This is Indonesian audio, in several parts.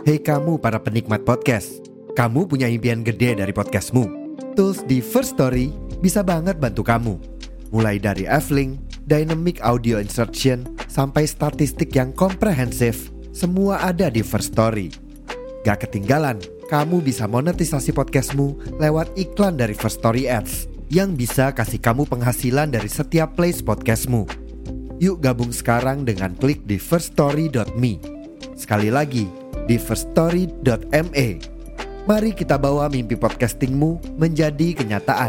Hei kamu para penikmat podcast, kamu punya impian gede dari podcastmu. Tools di First Story bisa banget bantu kamu. Mulai dari F-Link, Dynamic Audio Insertion, sampai statistik yang komprehensif, semua ada di First Story. Gak ketinggalan, kamu bisa monetisasi podcastmu lewat iklan dari First Story Ads yang bisa kasih kamu penghasilan dari setiap plays podcastmu. Yuk gabung sekarang dengan klik di firststory.me. Sekali lagi, di firststory.me. Mari kita bawa mimpi podcastingmu menjadi kenyataan.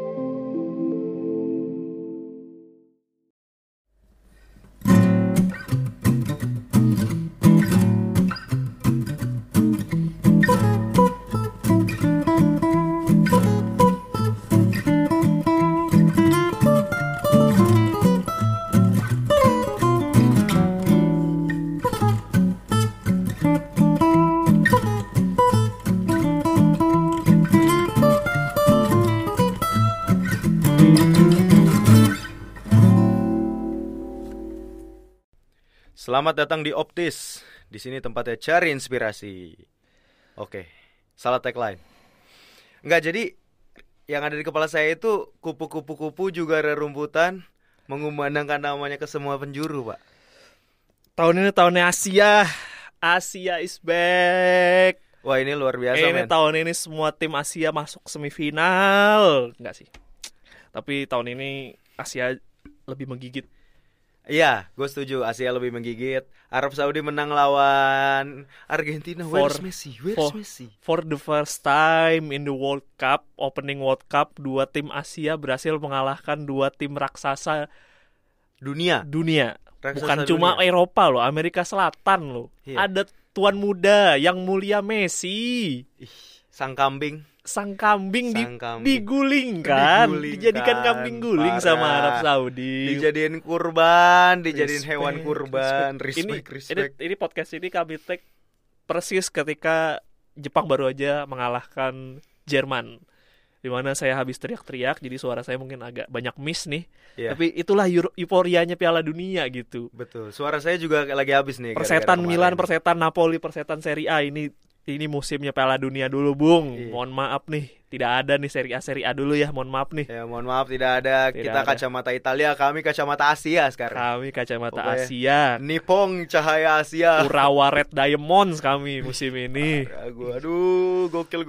Selamat datang di Optis. Di sini tempatnya cari inspirasi. Oke, salah tagline. Enggak, jadi yang ada di kepala saya itu kupu-kupu juga rerumputan mengumandangkan namanya ke semua penjuru, Pak. Tahun ini tahunnya Asia. Asia is back. Wah, ini luar biasa, Ini tahun ini semua tim Asia masuk semifinal. Enggak sih. Tapi tahun ini Asia lebih menggigit. Iya, gue setuju. Asia lebih menggigit. Arab Saudi menang lawan Argentina. Where's Messi? For the first time in the World Cup, opening World Cup, 2 tim Asia berhasil mengalahkan 2 tim raksasa dunia. Raksasa Bukan dunia. cuma Eropa loh, Amerika Selatan loh. Iya. Ada tuan muda yang mulia Messi. Sang kambing. Digulingkan, dijadikan kambing guling parah. sama Arab Saudi. Dijadiin kurban, dijadiin hewan kurban. Respect. Ini podcast ini kami take persis ketika Jepang baru aja mengalahkan Jerman, di mana saya habis teriak-teriak, jadi suara saya mungkin agak banyak miss nih. Yeah. Tapi itulah euforianya Piala Dunia gitu. Betul. Suara saya juga lagi habis nih. Persetan Milan, persetan Napoli, persetan Serie A ini musimnya Piala Dunia dulu, Bung. Iya. Mohon maaf nih, tidak ada nih Serie A dulu ya. Mohon maaf nih. Ya, mohon maaf tidak ada. Kita kacamata Italia, kami kacamata Asia sekarang. Kami kacamata Pokoknya Asia. Nippon cahaya Asia. Urawa Red Diamonds kami musim ini. Aduh, gokil.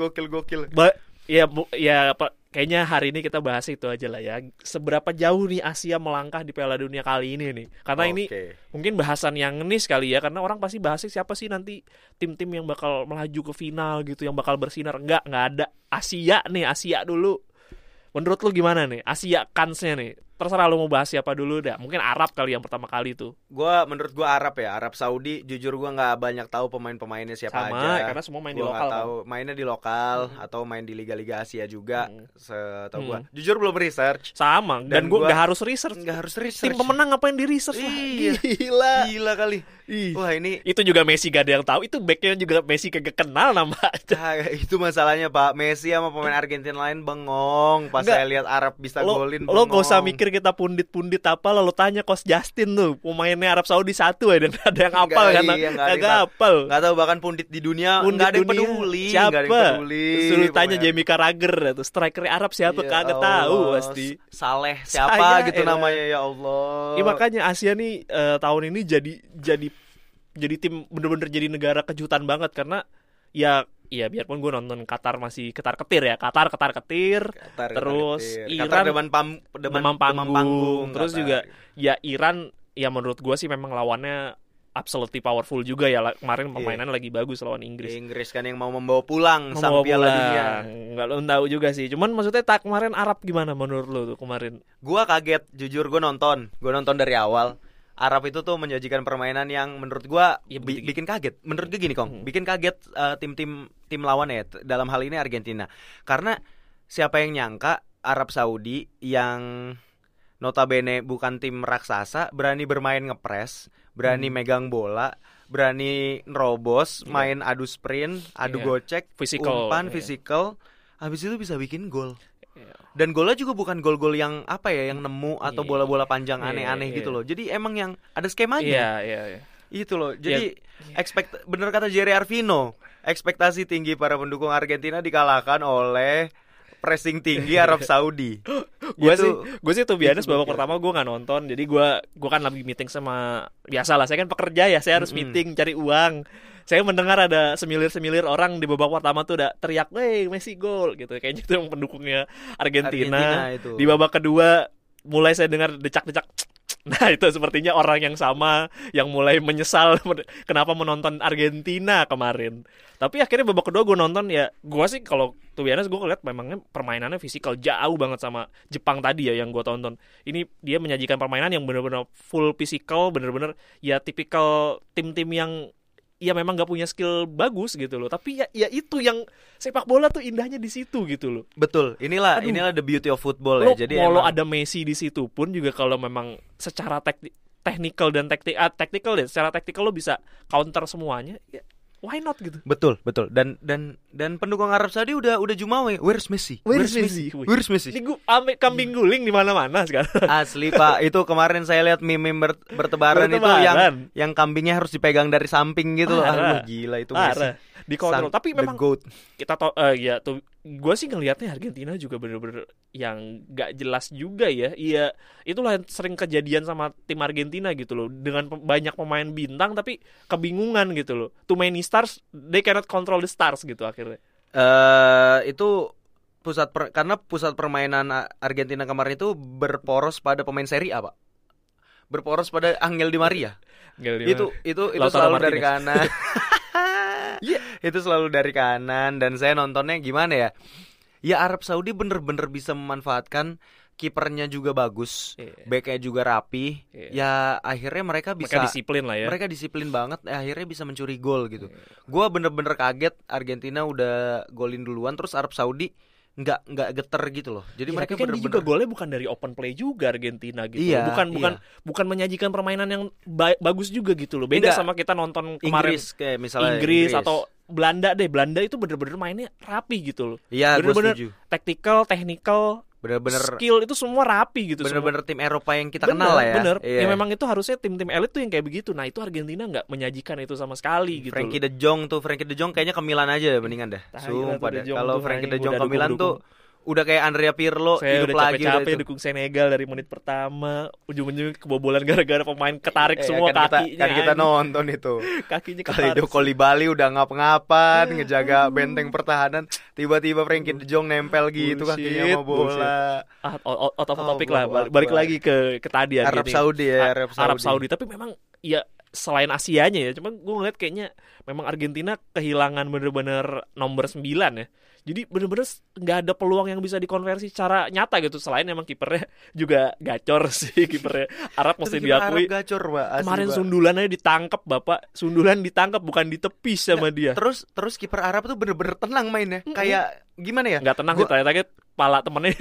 Kayaknya hari ini kita bahas itu aja lah ya. Seberapa jauh nih Asia melangkah di Piala Dunia kali ini nih. Karena ini mungkin bahasan yang ngenis kali ya. Karena orang pasti bahasnya siapa sih nanti tim-tim yang bakal melaju ke final gitu, yang bakal bersinar. Enggak ada. Asia dulu. Menurut lu gimana nih? Asia kansnya nih. Terserah lu mau bahas siapa dulu dah. Mungkin Arab kali yang pertama kali tuh. Menurut gua Arab ya. Arab Saudi jujur gua nggak banyak tahu pemain-pemainnya siapa sama, aja. Karena semua main di Gua lokal. tahu. Mainnya di lokal atau main di liga-liga Asia juga. Setahu gua. Jujur belum research. Sama. Dan gua nggak harus research. Tim pemenang ngapain di research? Iya. Gila kali. Wah, ini itu juga Messi gak ada yang tahu. Itu backnya juga Messi kagak kenal nama. Itu masalahnya, Pak. Messi sama pemain Argentina lain bengong. Pas saya lihat Arab bisa golin, lo gak usah mikir kita pundit-pundit apa. Lalu tanya Coach Justin tuh, pemainnya Arab Saudi 1 ya, dan ada yang hafal kan? Kagak hafal. Gak tahu, bahkan pundit di dunia nggak ada yang peduli. Siapa? Suruh tanya Jamie Carragher tuh, striker Arab siapa? Kagak tahu pasti. Saleh siapa gitu namanya, ya Allah. Ya makanya Asia nih tahun ini jadi tim bener-bener jadi negara kejutan banget. Karena ya biarpun gue nonton Qatar masih ketar-ketir ya. Qatar terus Iran demam panggung. Terus Qatar juga ya Iran, ya menurut gue sih memang lawannya absolutely powerful juga ya. Kemarin permainannya lagi bagus lawan Inggris kan yang mau membawa pulang sang Piala Dunia. Nggak lo tahu juga sih. Cuman maksudnya kemarin Arab gimana menurut lo tuh kemarin? Gue kaget, jujur. Gue nonton dari awal. Arab itu tuh menyajikan permainan yang menurut gua bikin kaget. Menurut gue gini, Kong, bikin kaget tim lawan ya, dalam hal ini Argentina. Karena siapa yang nyangka Arab Saudi yang notabene bukan tim raksasa berani bermain ngepres, berani megang bola, berani nerobos, main adu sprint, adu gocek, umpan, fisikal, habis itu bisa bikin gol. Dan golnya juga bukan gol-gol yang yang nemu atau bola-bola panjang aneh-aneh gitu loh. Jadi emang yang ada skemanya. Iya. Itu loh. Jadi bener kata Jerry Arvino, ekspektasi tinggi para pendukung Argentina dikalahkan oleh pressing tinggi Arab Saudi. Gue sih tuh biasa babak pertama gue nggak nonton, jadi gue kan lagi meeting sama, biasalah saya kan pekerja ya, saya harus meeting cari uang. Saya mendengar ada semilir orang di babak pertama tuh udah teriak, "Wey, Messi gol!" gitu. Kayaknya itu yang pendukungnya Argentina itu. Di babak kedua mulai saya dengar decak-decak. Nah itu sepertinya orang yang sama yang mulai menyesal kenapa menonton Argentina kemarin. Tapi akhirnya babak kedua gue nonton, ya gue sih kalau tuh biasa gue ngeliat memangnya permainannya fisikal jauh banget sama Jepang tadi ya yang gue tonton. Ini dia menyajikan permainan yang benar-benar full fisikal, benar-benar ya tipikal tim-tim yang ya memang gak punya skill bagus gitu loh. Tapi ya itu yang sepak bola tuh indahnya di situ gitu loh. Betul. Inilah the beauty of football ya. Jadi kalau ada Messi di situ pun juga, kalau memang secara technical dan tactical deh, secara tactical lo bisa counter semuanya. Ya, why not gitu. Betul. Dan pendukung Arab Saudi udah jumawa. Where's Messi? Where's Messi? Ini gue kambing guling di mana-mana sekarang. Asli Pak, itu kemarin saya lihat meme bertebaran itu yang kambingnya harus dipegang dari samping gitu loh. Aduh gila itu Messi. Dikontrol. Tapi memang kita ya tuh gue sih ngelihatnya Argentina juga bener-bener yang gak jelas juga ya. Iya, itulah yang sering kejadian sama tim Argentina gitu loh. Dengan banyak pemain bintang tapi kebingungan gitu loh. Too many stars, they cannot control the stars gitu akhirnya. Itu karena pusat permainan Argentina kemarin itu berporos pada pemain Serie A, Pak. Berporos pada Angel Di Maria. Itu selalu dari kanan. Itu selalu dari kanan. Dan saya nontonnya gimana ya? Ya Arab Saudi bener-bener bisa memanfaatkan, kipernya juga bagus, backnya juga rapi. Ya akhirnya mereka disiplin lah ya. Mereka disiplin banget, akhirnya bisa mencuri gol gitu. Gua bener-bener kaget Argentina udah golin duluan, terus Arab Saudi nggak geter gitu loh. Jadi mereka kan juga golnya bukan dari open play juga Argentina gitu. Bukan menyajikan permainan yang bagus juga gitu loh. Beda sama kita nonton kemarin Inggris, kayak misalnya Inggris atau Belanda deh. Belanda itu bener-bener mainnya rapi gitu loh. Iya, bener-bener tactical, technical, bener-bener skill itu semua rapi gitu. Bener-bener tim Eropa yang kita kenal lah ya. Bener. Ya memang itu harusnya tim-tim elit tuh yang kayak begitu. Nah itu Argentina nggak menyajikan itu sama sekali gitu. Frankie De Jong kayaknya ke Milan aja mendingan dah. Sumpah deh. Kalau Frankie De Jong ke Milan tuh udah kayak Andrea Pirlo. Saya udah capek-capek dukung Senegal dari menit pertama, ujung-ujungnya kebobolan gara-gara pemain ketarik semua kakinya. Kan kita nonton itu. Kakinya Kalidou Koulibaly udah ngap-ngapan ngejaga benteng pertahanan, tiba-tiba Frankie De Jong nempel gitu kakinya sama bola. Out of topic lah. Balik lagi ke tadi ya. Arab Saudi ya, Arab Saudi. Tapi memang ya selain Asianya ya, cuman gue ngeliat kayaknya memang Argentina kehilangan bener-bener nomor 9 ya. Jadi bener-bener nggak ada peluang yang bisa dikonversi secara nyata gitu. Selain emang kipernya juga gacor sih, kipernya Arab mesti diakui. Arab gacor, Pak. Kemarin sundulannya ditangkap, Bapak. Sundulan ditangkap bukan ditepis sama dia. Terus kiper Arab tuh bener-bener tenang mainnya. Kayak gimana ya? Nggak tenang sih, ternyata pala temennya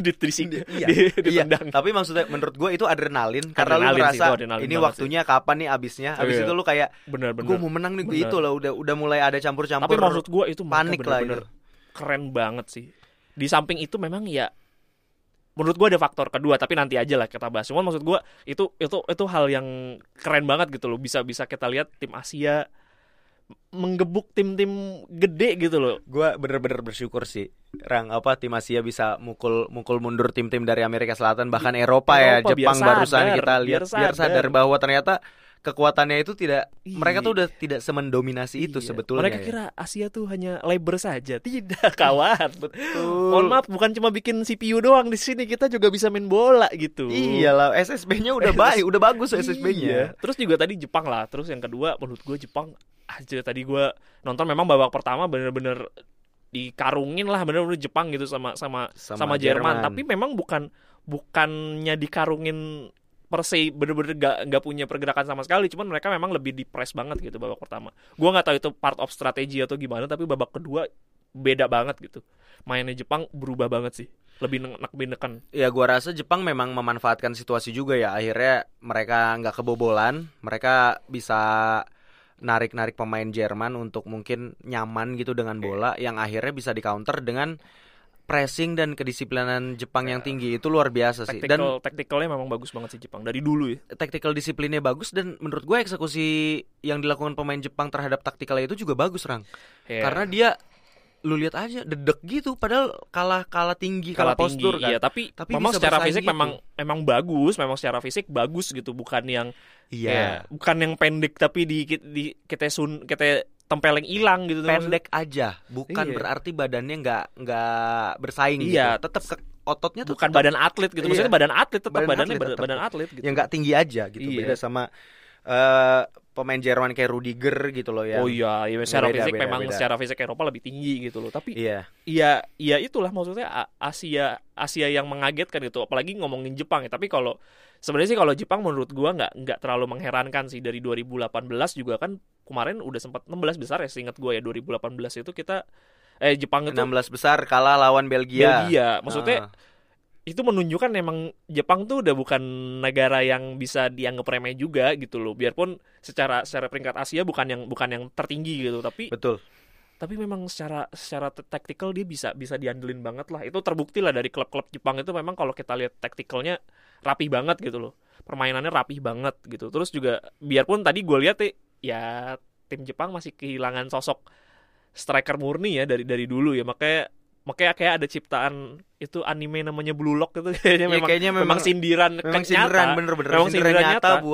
ditendang. Tapi maksudnya menurut gue itu adrenalin karena lu ngerasa ini waktunya kapan nih abisnya. Abis itu lu kayak gue mau menang nih gitu loh. Udah mulai ada campur-campur. Tapi maksud gue itu panik lah itu. Keren banget sih. Di samping itu memang ya menurut gue ada faktor kedua, tapi nanti aja lah kita bahas. Cuman maksud gue itu hal yang keren banget gitu loh. Bisa kita lihat tim Asia menggebuk tim-tim gede gitu loh. Gue bener-bener bersyukur sih tim Asia bisa mukul mundur tim-tim dari Amerika Selatan, bahkan Eropa ya, Jepang barusan kita lihat biar sadar bahwa ternyata kekuatannya itu mereka tuh udah tidak semendominasi itu sebetulnya. Mereka kira Asia tuh hanya labor saja. Tidak, kawan. Betul. Mohon maaf, bukan cuma bikin CPU doang di sini, kita juga bisa main bola gitu. Iyalah, SSB-nya udah baik, udah bagus SSB-nya. Terus juga tadi Jepang lah. Terus yang kedua menurut gue Jepang aja tadi gue nonton memang babak pertama bener-bener dikarungin lah bener-bener Jepang gitu sama Jerman. Tapi memang bukannya dikarungin per se, bener-bener gak punya pergerakan sama sekali. Cuman mereka memang lebih di-press banget gitu babak pertama. Gue gak tahu itu part of strategi atau gimana, tapi babak kedua beda banget gitu. Mainnya Jepang berubah banget sih, lebih neken. Ya gue rasa Jepang memang memanfaatkan situasi juga ya. Akhirnya mereka gak kebobolan. Mereka bisa narik pemain Jerman untuk mungkin nyaman gitu dengan bola, yang akhirnya bisa di-counter dengan pressing dan kedisiplinan Jepang yang tinggi itu luar biasa sih. Dan tacticalnya memang bagus banget sih Jepang dari dulu ya. Tactical disiplinnya bagus dan menurut gue eksekusi yang dilakukan pemain Jepang terhadap taktikalnya itu juga bagus, Rang. Karena dia lu lihat aja dedek gitu padahal kalah tinggi, kalah postur kan. Iya, tapi memang secara fisik gitu. memang bagus, memang secara fisik bagus gitu, bukan yang bukan yang pendek tapi kita tempeleng hilang gitu. Pendek aja, bukan berarti badannya nggak bersaing gitu. Tetap ototnya tuh bukan badan atlet gitu. Maksudnya badan atlet tetap badan atlet gitu. Yang nggak tinggi aja gitu. Beda sama pemain Jerman kayak Rudiger gitu loh ya. Oh iya, secara fisik memang secara fisik Eropa lebih tinggi gitu loh. Tapi iya itulah maksudnya Asia yang mengagetkan gitu. Apalagi ngomongin Jepang ya. Tapi sebenarnya sih kalau Jepang menurut gua nggak terlalu mengherankan sih. Dari 2018 juga kan kemarin udah sempat 16 besar ya, seingat gua ya 2018 itu kita Jepang itu 16 besar kalah lawan Belgia. Maksudnya itu menunjukkan memang Jepang tuh udah bukan negara yang bisa dianggap remeh juga gitu loh. Biarpun secara peringkat Asia bukan yang tertinggi gitu, tapi betul. Tapi memang secara tactical dia bisa diandelin banget lah. Itu terbukti lah dari klub-klub Jepang itu memang kalau kita lihat tacticalnya rapih banget gitu loh. Permainannya rapih banget gitu. Terus juga biarpun tadi gue lihat ya tim Jepang masih kehilangan sosok striker murni ya dari dulu ya. Makanya kayak ada ciptaan itu anime namanya Blue Lock gitu kayaknya memang sindiran bener-bener memang sindiran nyata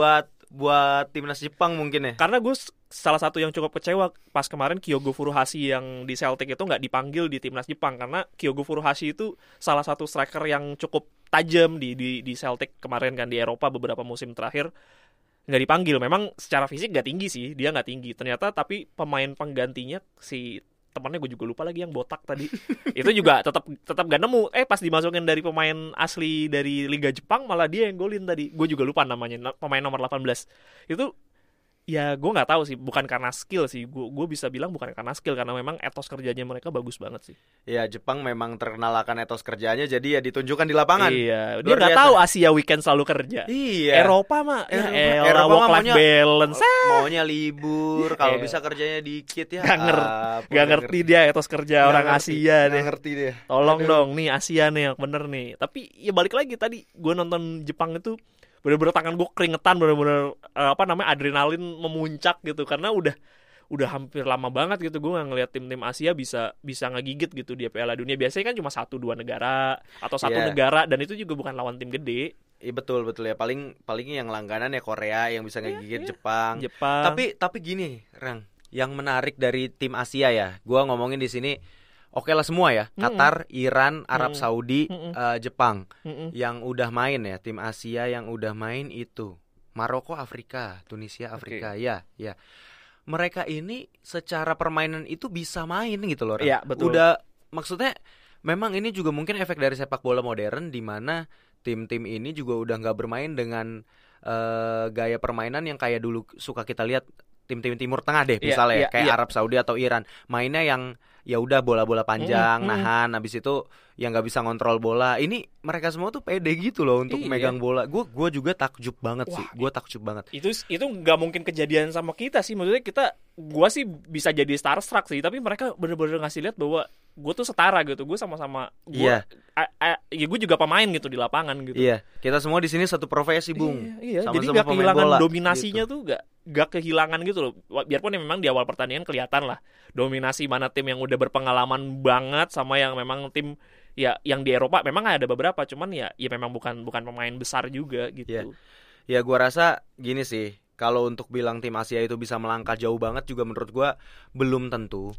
buat timnas Jepang mungkin ya. Karena gue salah satu yang cukup kecewa pas kemarin Kyogo Furuhashi yang di Celtic itu nggak dipanggil di timnas Jepang, karena Kyogo Furuhashi itu salah satu striker yang cukup tajam di Celtic kemarin kan, di Eropa beberapa musim terakhir nggak dipanggil. Memang secara fisik nggak tinggi sih, dia nggak tinggi ternyata, tapi pemain penggantinya si temannya gue juga lupa lagi yang botak tadi itu juga tetap gak nemu. Pas dimasukin dari pemain asli dari Liga Jepang malah dia yang golin tadi. Gue juga lupa namanya, pemain nomor 18 itu. Ya gue nggak tahu sih, bukan karena skill sih, gue bisa bilang bukan karena skill, karena memang etos kerjanya mereka bagus banget sih. Iya, Jepang memang terkenal akan etos kerjanya, jadi ya ditunjukkan di lapangan. Iya, dia nggak tahu Asia weekend selalu kerja. Iya. Eropa mah Eropa work life balance, maunya libur, kalau bisa kerjanya dikit ya. Gak ngerti dia etos kerja orang Asia deh. Gak ngerti dia. Tolong dong, nih Asia nih yang bener nih. Tapi ya balik lagi tadi gue nonton Jepang itu bener-bener tangan gue keringetan, bener-bener adrenalin memuncak gitu, karena udah hampir lama banget gitu gue nggak ngeliat tim-tim Asia bisa ngegigit gitu di Piala Dunia. Biasanya kan cuma 1-2 negara atau satu negara, dan itu juga bukan lawan tim gede. Iya betul ya, paling yang langganan ya Korea yang bisa ngegigit Jepang. Tapi gini, Rang, yang menarik dari tim Asia ya, gue ngomongin di sini. Oke lah semua ya, Qatar, Iran, Arab Saudi, Jepang yang udah main ya, tim Asia yang udah main itu Maroko, Afrika, Tunisia, Afrika, ya. Mereka ini secara permainan itu bisa main gitu loh. Iya, betul. Udah, maksudnya memang ini juga mungkin efek dari sepak bola modern, di mana tim-tim ini juga udah nggak bermain dengan gaya permainan yang kayak dulu suka kita lihat tim-tim Timur Tengah deh, misalnya kayak Arab Saudi atau Iran, mainnya yang ya udah bola-bola panjang, nahan, habis itu yang nggak bisa ngontrol bola. Ini mereka semua tuh pede gitu loh untuk megang bola. Gue juga takjub banget sih. Gue takjub banget. Itu nggak mungkin kejadian sama kita sih. Maksudnya gue sih bisa jadi starstruck sih. Tapi mereka bener-bener ngasih lihat bahwa gue tuh setara gitu. Gue sama-sama. Ya gue juga pemain gitu di lapangan gitu. Iya. Kita semua di sini satu profesi, Bung. Iya. Jadi nggak kehilangan bola, dominasinya gitu. Tuh nggak kehilangan gitu loh. Biarpun memang di awal pertandingan kelihatan lah dominasi mana tim yang udah berpengalaman banget sama yang memang tim ya yang di Eropa memang ada beberapa, cuman ya memang bukan pemain besar juga gitu. Ya gua rasa gini sih, kalau untuk bilang tim Asia itu bisa melangkah jauh banget juga menurut gua belum tentu.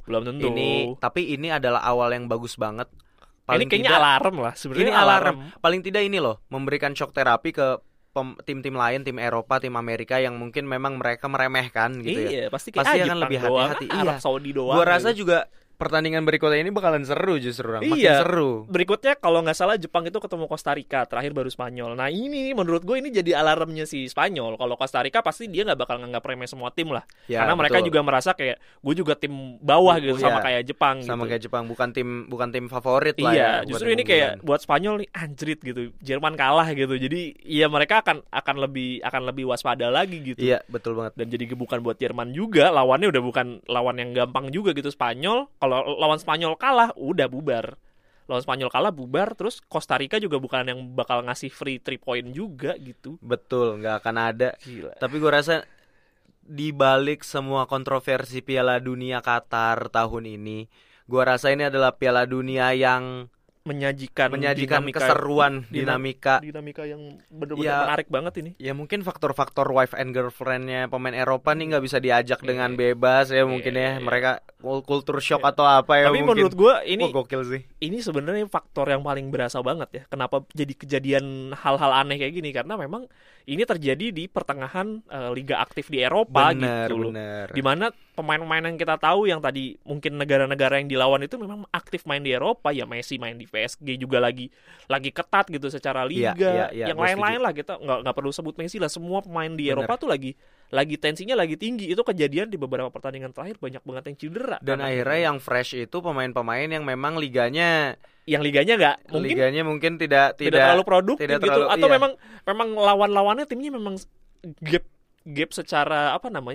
Tapi ini adalah awal yang bagus banget. Ini kayaknya alarm lah sebenarnya. Ini alarm. Paling tidak ini loh, memberikan shock terapi ke tim-tim lain, tim Eropa, tim Amerika yang mungkin memang mereka meremehkan gitu ya. Pasti akan lebih hati-hati. Arab Saudi doang. Gua rasa juga pertandingan berikutnya ini bakalan seru justru, makin seru. Berikutnya kalau nggak salah Jepang itu ketemu Costa Rica, terakhir baru Spanyol. Nah ini menurut gue ini jadi alarmnya si Spanyol. Kalau Costa Rica pasti dia nggak bakal nganggap remeh semua tim lah, karena mereka juga merasa kayak gue juga tim bawah gitu, sama kayak Jepang. Sama kayak Jepang, bukan tim favorit lah. Iya, justru ini kayak buat Spanyol nih anjrit gitu, Jerman kalah gitu. Jadi ya mereka akan lebih waspada lagi gitu. Iya betul banget. Dan jadi gebukan buat Jerman juga, lawannya udah bukan lawan yang gampang juga gitu. Spanyol kalau lawan Spanyol kalah udah bubar. lawan Spanyol kalah bubar, terus Costa Rica juga bukan yang bakal ngasih free 3 point juga gitu. Betul, nggak akan ada. Gila. Tapi gue rasa di balik semua kontroversi Piala Dunia Qatar tahun ini, gue rasa ini adalah Piala Dunia yang menyajikan keseruan, dinamika yang benar-benar menarik banget ini. Ya mungkin faktor-faktor wife and girlfriend-nya pemain Eropa nih nggak bisa diajak dengan bebas ya mungkin ya. Mereka kultur shock atau apa ya. Tapi mungkin. Menurut gue ini gokil sih. Ini sebenarnya faktor yang paling berasa banget ya. Kenapa jadi kejadian hal-hal aneh kayak gini? Karena memang ini terjadi di pertengahan liga aktif di Eropa gitu loh. Dimana pemain-pemain yang kita tahu yang tadi mungkin negara-negara yang dilawan itu memang aktif main di Eropa. Ya Messi main di PSG juga lagi ketat gitu secara liga. Yang lain-lain lah, kita nggak perlu sebut Messi lah. Semua pemain di Eropa tuh lagi tensinya lagi tinggi. Itu kejadian di beberapa pertandingan terakhir, banyak banget yang cedera. Dan akhirnya yang fresh itu pemain-pemain yang memang liganya mungkin tidak terlalu produktif tidak gitu, terlalu, atau memang lawan-lawannya timnya memang gap secara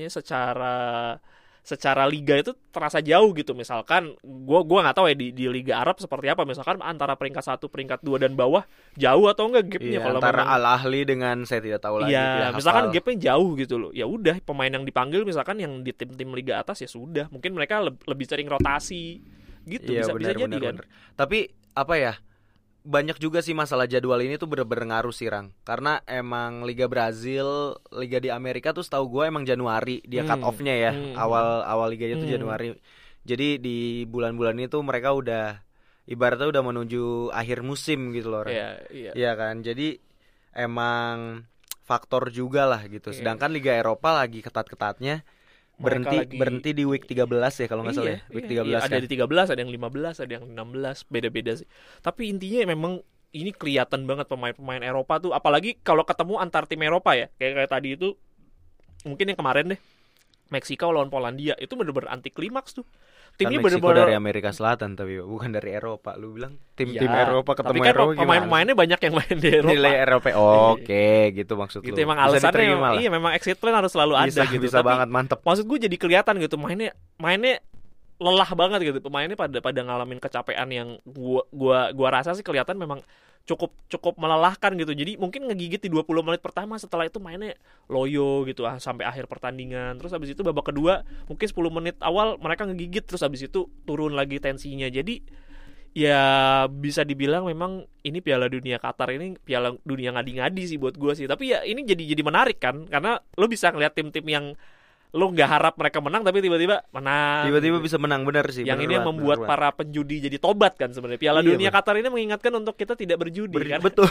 secara liga itu terasa jauh gitu. Misalkan gua nggak tahu ya di Liga Arab seperti apa, misalkan antara peringkat 1, peringkat 2 dan bawah jauh atau enggak gapnya. Kalau antara Al Ahly dengan saya tidak tahu lagi. Iya, misalkan gapnya jauh gitu loh. Ya udah, pemain yang dipanggil misalkan yang di tim-tim liga atas ya sudah, mungkin mereka lebih sering rotasi gitu. Bisa jadi kan. Tapi apa ya, banyak juga sih masalah jadwal ini tuh bener-bener ngaruh sih Rang. Karena emang Liga Brazil, Liga di Amerika tuh setahu gue emang Januari dia cut off-nya ya. Awal liganya tuh Januari. Jadi di bulan-bulan ini tuh mereka udah ibaratnya udah menuju akhir musim gitu loh Rang. Iya kan. Jadi emang faktor juga lah gitu. Sedangkan Liga Eropa lagi ketat-ketatnya. Berhenti di week 13 ya kalau nggak salah ya. Week 13 ada di 13, ada yang 15, ada yang 16, beda-beda sih. Tapi intinya memang ini kelihatan banget pemain-pemain Eropa tuh, apalagi kalau ketemu antar tim Eropa ya. Kayak tadi itu mungkin yang kemarin deh, Meksiko lawan Polandia, itu bener-bener anti klimaks tuh. Timnya kan Meksiko dari Amerika Selatan tapi bukan dari Eropa. Lu bilang tim Eropa ketemu kan Eropa, pemain-pemainnya banyak yang main di Eropa. Nilai Eropa. Oke, gitu maksud lu. Itu emang alasannya. Iya, memang exit plan harus selalu ada gitu. Bisa banget, mantep. Maksud gue jadi kelihatan gitu mainnya lelah banget gitu. Pemainnya pada ngalamin kecapean yang gua rasa sih kelihatan memang cukup melelahkan gitu. Jadi mungkin ngegigit di 20 menit pertama, setelah itu mainnya loyo gitu sampai akhir pertandingan. Terus habis itu babak kedua mungkin 10 menit awal mereka ngegigit, terus habis itu turun lagi tensinya. Jadi ya bisa dibilang memang ini Piala Dunia Qatar ini Piala Dunia ngadi-ngadi sih buat gue sih. Tapi ya ini jadi menarik kan, karena lo bisa ngeliat tim-tim yang lo nggak harap mereka menang tapi tiba-tiba menang. Tiba-tiba bisa menang, benar sih. Yang ini yang membuat para penjudi jadi tobat kan sebenarnya. Piala Dunia Qatar ini mengingatkan untuk kita tidak berjudi kan. Betul.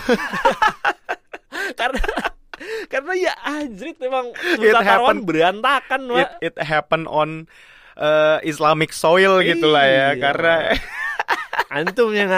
karena ya anjrit memang taruhan berantakan, Pak. It happen on Islamic soil gitu lah ya. Karena antum yang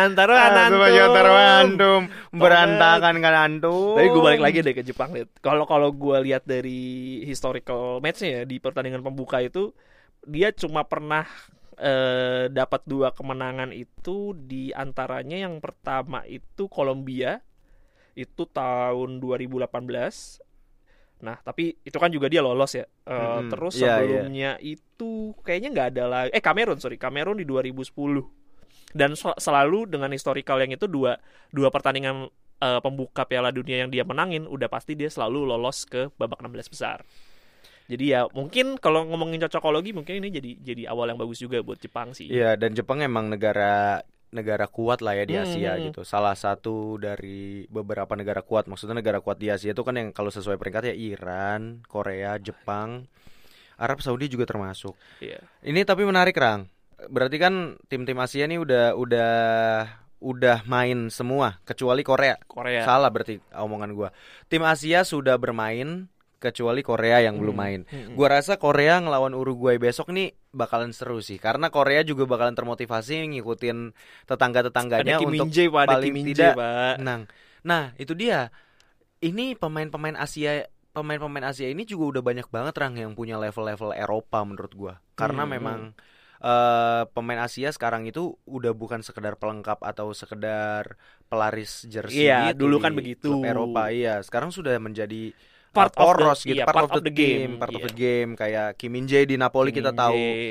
antum berantakan kan antum. Tapi gue balik lagi deh ke Jepang. Kalau gue lihat dari historical match-nya ya, di pertandingan pembuka itu dia cuma pernah dapat 2 kemenangan itu, di antaranya yang pertama itu Kolombia itu tahun 2018. Nah, tapi itu kan juga dia lolos ya. Terus sebelumnya itu kayaknya nggak ada lagi. Kamerun di 2010. Dan selalu dengan historical yang itu dua pertandingan pembuka Piala Dunia yang dia menangin, udah pasti dia selalu lolos ke babak 16 besar. Jadi ya mungkin kalau ngomongin cocokologi mungkin ini jadi awal yang bagus juga buat Jepang sih. Iya, dan Jepang emang negara kuat lah ya di Asia gitu. Salah satu dari beberapa negara kuat. Maksudnya negara kuat di Asia itu kan yang kalau sesuai peringkat ya Iran, Korea, Jepang, Arab Saudi juga termasuk. Iya. Ini tapi menarik, Rang. Berarti kan tim-tim Asia ini udah main semua kecuali Korea. Salah berarti omongan gua. Tim Asia sudah bermain kecuali Korea yang belum main. Gua rasa Korea ngelawan Uruguay besok nih bakalan seru sih, karena Korea juga bakalan termotivasi ngikutin tetangga-tetangganya untuk paling tidak menang. Nah, itu dia. Ini pemain-pemain Asia ini juga udah banyak banget Rang yang punya level-level Eropa menurut gua. Karena memang pemain Asia sekarang itu udah bukan sekedar pelengkap atau sekedar pelaris jersey gitu. Dulu kan begitu. Klub Eropa, sekarang sudah menjadi part of the game. Kayak Kim Min-jae di Napoli kita tahu.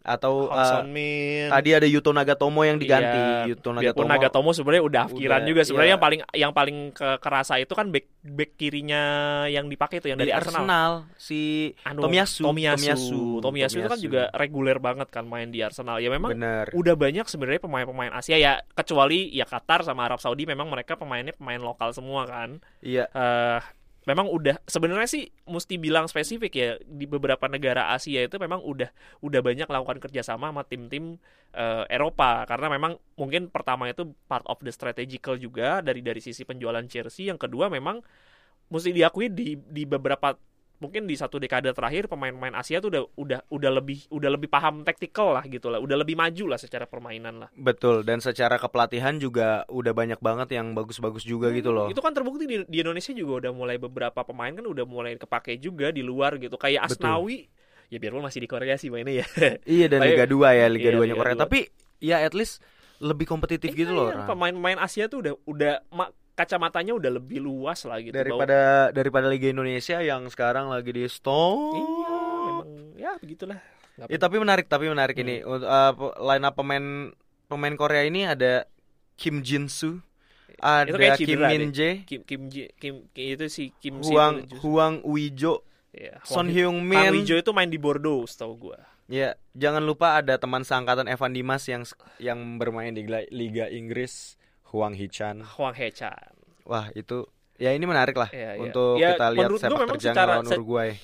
atau Hong Son-min. tadi ada Yuto Nagatomo yang diganti. Iya, Yuto biarpun Nagatomo sebenarnya udah afkiran juga. Sebenarnya iya. yang paling kerasa itu kan back kirinya yang dipakai itu yang dari Arsenal. Si Tomiyasu Itu kan juga reguler banget kan main di Arsenal. Ya memang Bener. udah banyak sebenarnya pemain-pemain Asia ya, kecuali ya Qatar sama Arab Saudi, memang mereka pemainnya pemain lokal semua kan. Iya. Memang udah sebenarnya sih mesti bilang spesifik ya, di beberapa negara Asia itu memang udah banyak lakukan kerjasama sama tim-tim Eropa, karena memang mungkin pertama itu part of the strategical juga dari sisi penjualan jersey. Yang kedua memang mesti diakui di beberapa, mungkin di 1 dekade terakhir pemain-pemain Asia tuh udah lebih paham taktikal lah gitu lah, udah lebih maju lah secara permainan lah. Betul, dan secara kepelatihan juga udah banyak banget yang bagus-bagus juga gitu loh. Itu kan terbukti di Indonesia juga udah mulai beberapa pemain kan udah mulai kepake juga di luar gitu, kayak Asnawi. Ya biarpun masih di Korea sih mainnya ya. Iya, dan Liga 2 ya, Liga 2-nya Liga Korea. 2. Tapi ya at least lebih kompetitif gitu loh. Pemain-pemain Asia tuh udah kacamatanya udah lebih luas lah gitu. Daripada Liga Indonesia yang sekarang lagi di stop. Iya, memang ya begitulah. Ya, tapi menarik ini. Line up pemain Korea ini ada Kim Jin-soo, ada Kim Min-jae, itu si Kim Hwang Ui-jo, ya, Son Heung-min. Hwang Ui-jo itu main di Bordeaux setahu gua. Ya, jangan lupa ada teman seangkatan Evan Dimas yang bermain di Liga Inggris, Hwang Hee-chan. Wah, itu ya ini menarik lah untuk kita lihat sepak terjang lawan Uruguay.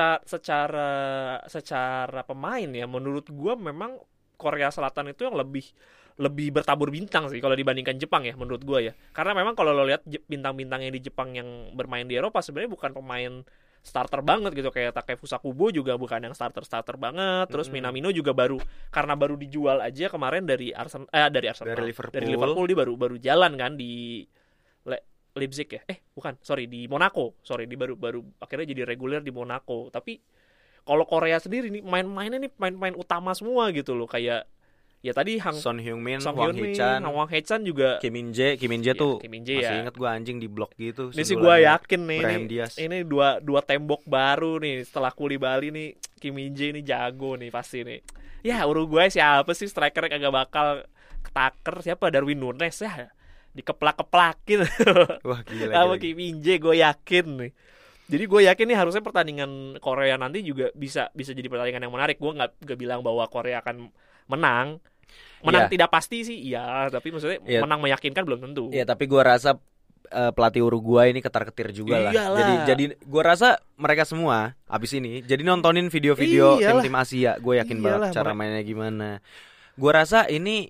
Secara pemain ya, menurut gua memang Korea Selatan itu yang lebih bertabur bintang sih kalau dibandingkan Jepang ya, menurut gua ya. Karena memang kalau lo lihat bintang-bintang yang di Jepang yang bermain di Eropa sebenarnya bukan pemain starter banget gitu, kayak Takefusa Kubo juga bukan yang starter banget. Terus Minamino juga baru dijual aja kemarin dari Liverpool dia baru jalan kan di Leipzig ya. Di Monaco. Dia baru akhirnya jadi reguler di Monaco. Tapi kalau Korea sendiri nih main-mainnya nih pemain utama semua gitu loh, kayak ya tadi Son Heung-min, Hwang Hee-chan juga, Kim Min-jae tuh masih ya. inget gue anjing di blok gitu. Ini sih gue yakin nih ini dua tembok baru nih setelah Koulibaly nih. Kim Min-jae ini jago nih pasti nih. Ya Uruguay siapa sih striker kagak bakal ketaker, siapa? Darwin Núñez ya dikeplak-keplakin. Wah gila. Sama Kim Min-jae gue yakin nih. Jadi gue yakin nih harusnya pertandingan Korea nanti juga bisa jadi pertandingan yang menarik. Gue nggak bilang bahwa Korea akan menang tidak pasti sih, iya, tapi maksudnya menang meyakinkan belum tentu. Iya, tapi gue rasa pelatih Uruguay ini ketar-ketir juga lah. Jadi gue rasa mereka semua abis ini jadi nontonin video-video tim Asia. Gue yakin banget cara mainnya gimana. Gue rasa ini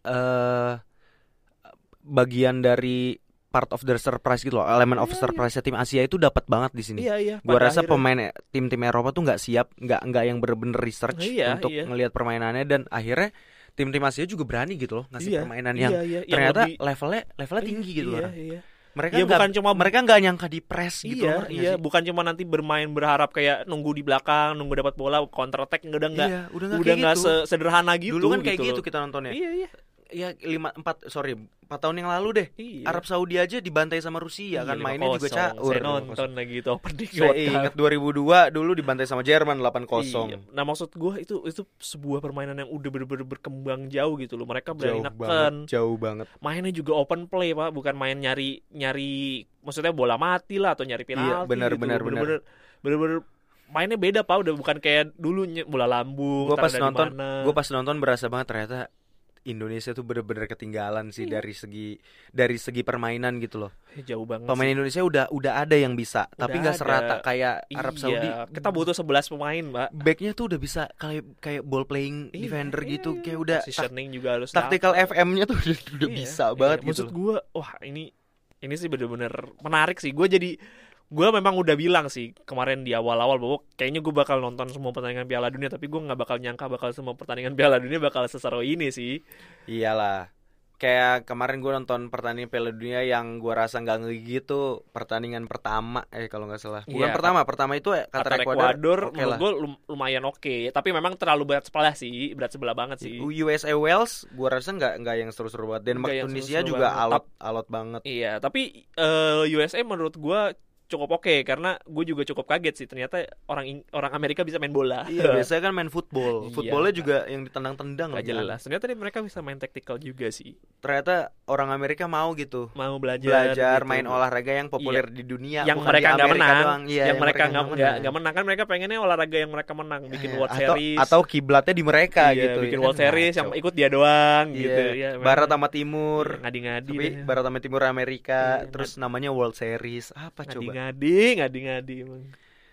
bagian dari part of the surprise gitu loh, elemen of surprise tim Asia itu dapat banget di sini. Gue rasa pemain tim Eropa tuh nggak siap, nggak yang bener-bener research untuk ngelihat permainannya, dan akhirnya tim Asia juga berani gitu loh ngasih permainan yang ternyata levelnya tinggi gitu loh. Mereka nggak nyangka di press gitu loh. Iya, bukan cuma nanti bermain berharap kayak nunggu di belakang, nunggu dapat bola counter attack, udah nggak sederhana gitu. Dulu kan kayak gitu loh. kita nontonnya. Iya. Ya 4 tahun yang lalu deh. Arab Saudi aja dibantai sama Rusia kan, mainnya juga caur. Saya nonton lagi itu opening. Saya ingat 2002 dulu dibantai sama Jerman 8-0. Iya. Nah maksud gue itu sebuah permainan yang udah bener-bener berkembang jauh gitu loh. Mereka berani neken. Jauh banget. Mainnya juga open play Pak, bukan main nyari maksudnya bola mati lah atau nyari penalti. Iya, benar. Bener-bener mainnya beda Pak, udah bukan kayak dulu bola lambung. Gue pas nonton berasa banget ternyata Indonesia tuh bener-bener ketinggalan sih dari segi permainan gitu loh. Jauh banget. Pemain Indonesia udah ada yang bisa, tapi nggak serata kayak Arab Saudi. Kita butuh 11 pemain, Mbak. Backnya tuh udah bisa kayak ball playing defender gitu, kayak udah positioning juga harus. Tactical FM-nya tuh udah bisa banget gitu. Maksud gue, wah ini sih bener-bener menarik sih. Gue memang udah bilang sih kemarin di awal-awal bahwa kayaknya gue bakal nonton semua pertandingan Piala Dunia, tapi gue nggak bakal nyangka semua pertandingan Piala Dunia bakal seseru ini sih. Iyalah, kayak kemarin gue nonton pertandingan Piala Dunia yang gue rasa nggak ngegigit tuh pertandingan pertama kalau nggak salah. Bukan pertama itu Qatar Ekuador. Menurut gue lumayan oke, tapi memang terlalu berat sebelah banget sih. USA Wales gue rasa nggak yang seru-seru banget. Denmark Tunisia juga alot banget. Iya, tapi USA menurut gue cukup oke, karena gue juga cukup kaget sih ternyata orang Amerika bisa main bola. Iya, biasanya kan main football. Footballnya juga yang ditendang-tendang gak jelas. Ternyata mereka bisa main tactical juga sih. Ternyata orang Amerika mau gitu. Mau belajar gitu. Main olahraga yang populer di dunia. Yang bukan mereka nggak menang. Iya, yang mereka nggak menang kan mereka pengennya olahraga yang mereka menang, bikin World Series. Atau kiblatnya di mereka gitu. Bikin World Series yang ikut dia doang gitu. Ya, Barat sama Timur. Ngadi-ngadi. Tapi Barat sama Timur Amerika, terus namanya World Series. Apa coba? Ngadi-ngadi emang.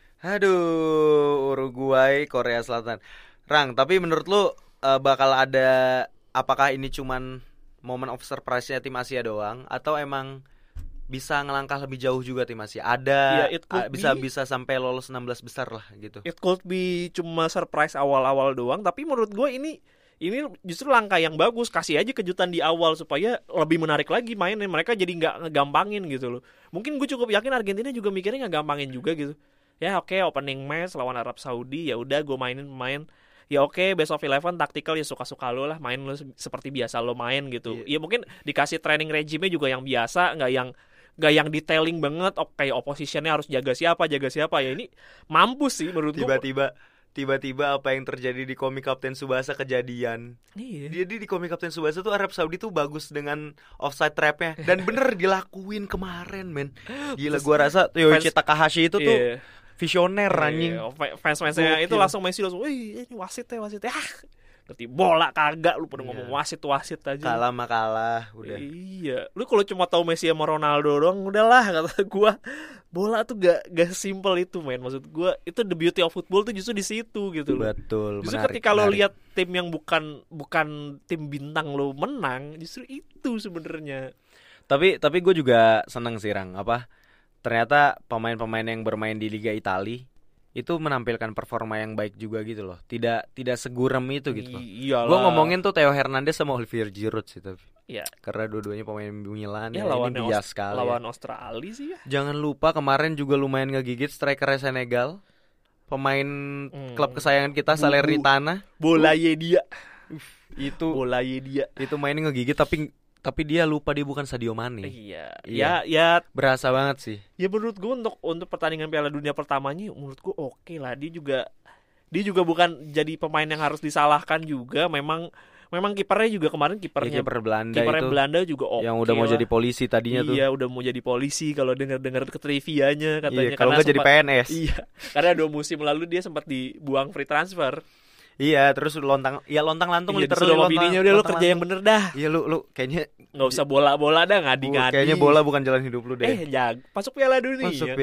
Aduh, Uruguay, Korea Selatan. Rang, tapi menurut lu bakal ada, apakah ini cuman moment of surprise-nya tim Asia doang atau emang bisa ngelangkah lebih jauh juga tim Asia? Ada bisa sampai lolos 16 besar lah gitu. It could be cuma surprise awal-awal doang, tapi menurut gue ini justru langkah yang bagus. Kasih aja kejutan di awal supaya lebih menarik lagi mainnya. Mereka jadi nggak ngegampangin gitu loh. Mungkin gue cukup yakin Argentina juga mikirnya ngegampangin juga gitu. Ya oke, opening match lawan Arab Saudi, ya udah gue mainin pemain. Ya oke, best of 11 tactical ya suka-suka lo lah, main lo seperti biasa lo main gitu. Ya mungkin dikasih training regime juga yang biasa, nggak yang detailing banget. Kayak oppositionnya harus jaga siapa. Ya ini mampus sih menurut gue. Tiba-tiba apa yang terjadi di komik Kapten Tsubasa kejadian. Iya. Jadi di komik Kapten Tsubasa tuh Arab Saudi tuh bagus dengan offside trapnya. Dan bener dilakuin kemarin, men. Gila, gua rasa Yoichi Takahashi itu tuh visioner anjing. Fans-fansnya itu langsung Messi langsung, wih ini wasit ya. Ngerti bola kagak, lu pada ngomong wasit aja. Kalah mah kalah, udah. Iya, lu kalau cuma tahu Messi sama Ronaldo doang, udahlah kata gua. Bola tuh gak simpel itu, men. Maksud gua itu the beauty of football tuh justru di situ gitu loh. Betul. Justru ketika lo lihat tim yang bukan tim bintang lo menang, justru itu sebenarnya. Tapi gue juga seneng sih, Rang, ternyata pemain-pemain yang bermain di Liga Italia itu menampilkan performa yang baik juga gitu loh. Tidak segurem itu gitu loh. Gue ngomongin tuh Theo Hernandez sama Olivier Giroud sih tapi. Iya. Karena dua-duanya pemain Milan ya, ini bias sekali. Lawan Australia sih ya. Jangan lupa kemarin juga lumayan ngegigit striker Senegal. Pemain klub kesayangan kita Salernitana. Bolayedia. Itu mainnya ngegigit tapi dia lupa dia bukan Sadio Mane. Iya. Ya berasa banget sih. Ya menurut gue untuk pertandingan Piala Dunia pertamanya menurut gue oke lah. Dia juga bukan jadi pemain yang harus disalahkan juga. Memang kipernya juga kemarin kiper Belanda juga oke. Yang udah mau jadi polisi tadinya tuh. Iya, udah mau jadi polisi kalau dengar ke trivianya katanya. Iya, kalau nggak jadi PNS. Iya. Karena 2 musim lalu dia sempat dibuang free transfer. Iya, terus lontang lantung literally sama bininya udah lu kerja yang bener dah. Iya, lu kayaknya enggak usah bola-bola dah, ngadi-ngadi. Kayaknya bola bukan jalan hidup lu deh. Masuk Piala Dunia.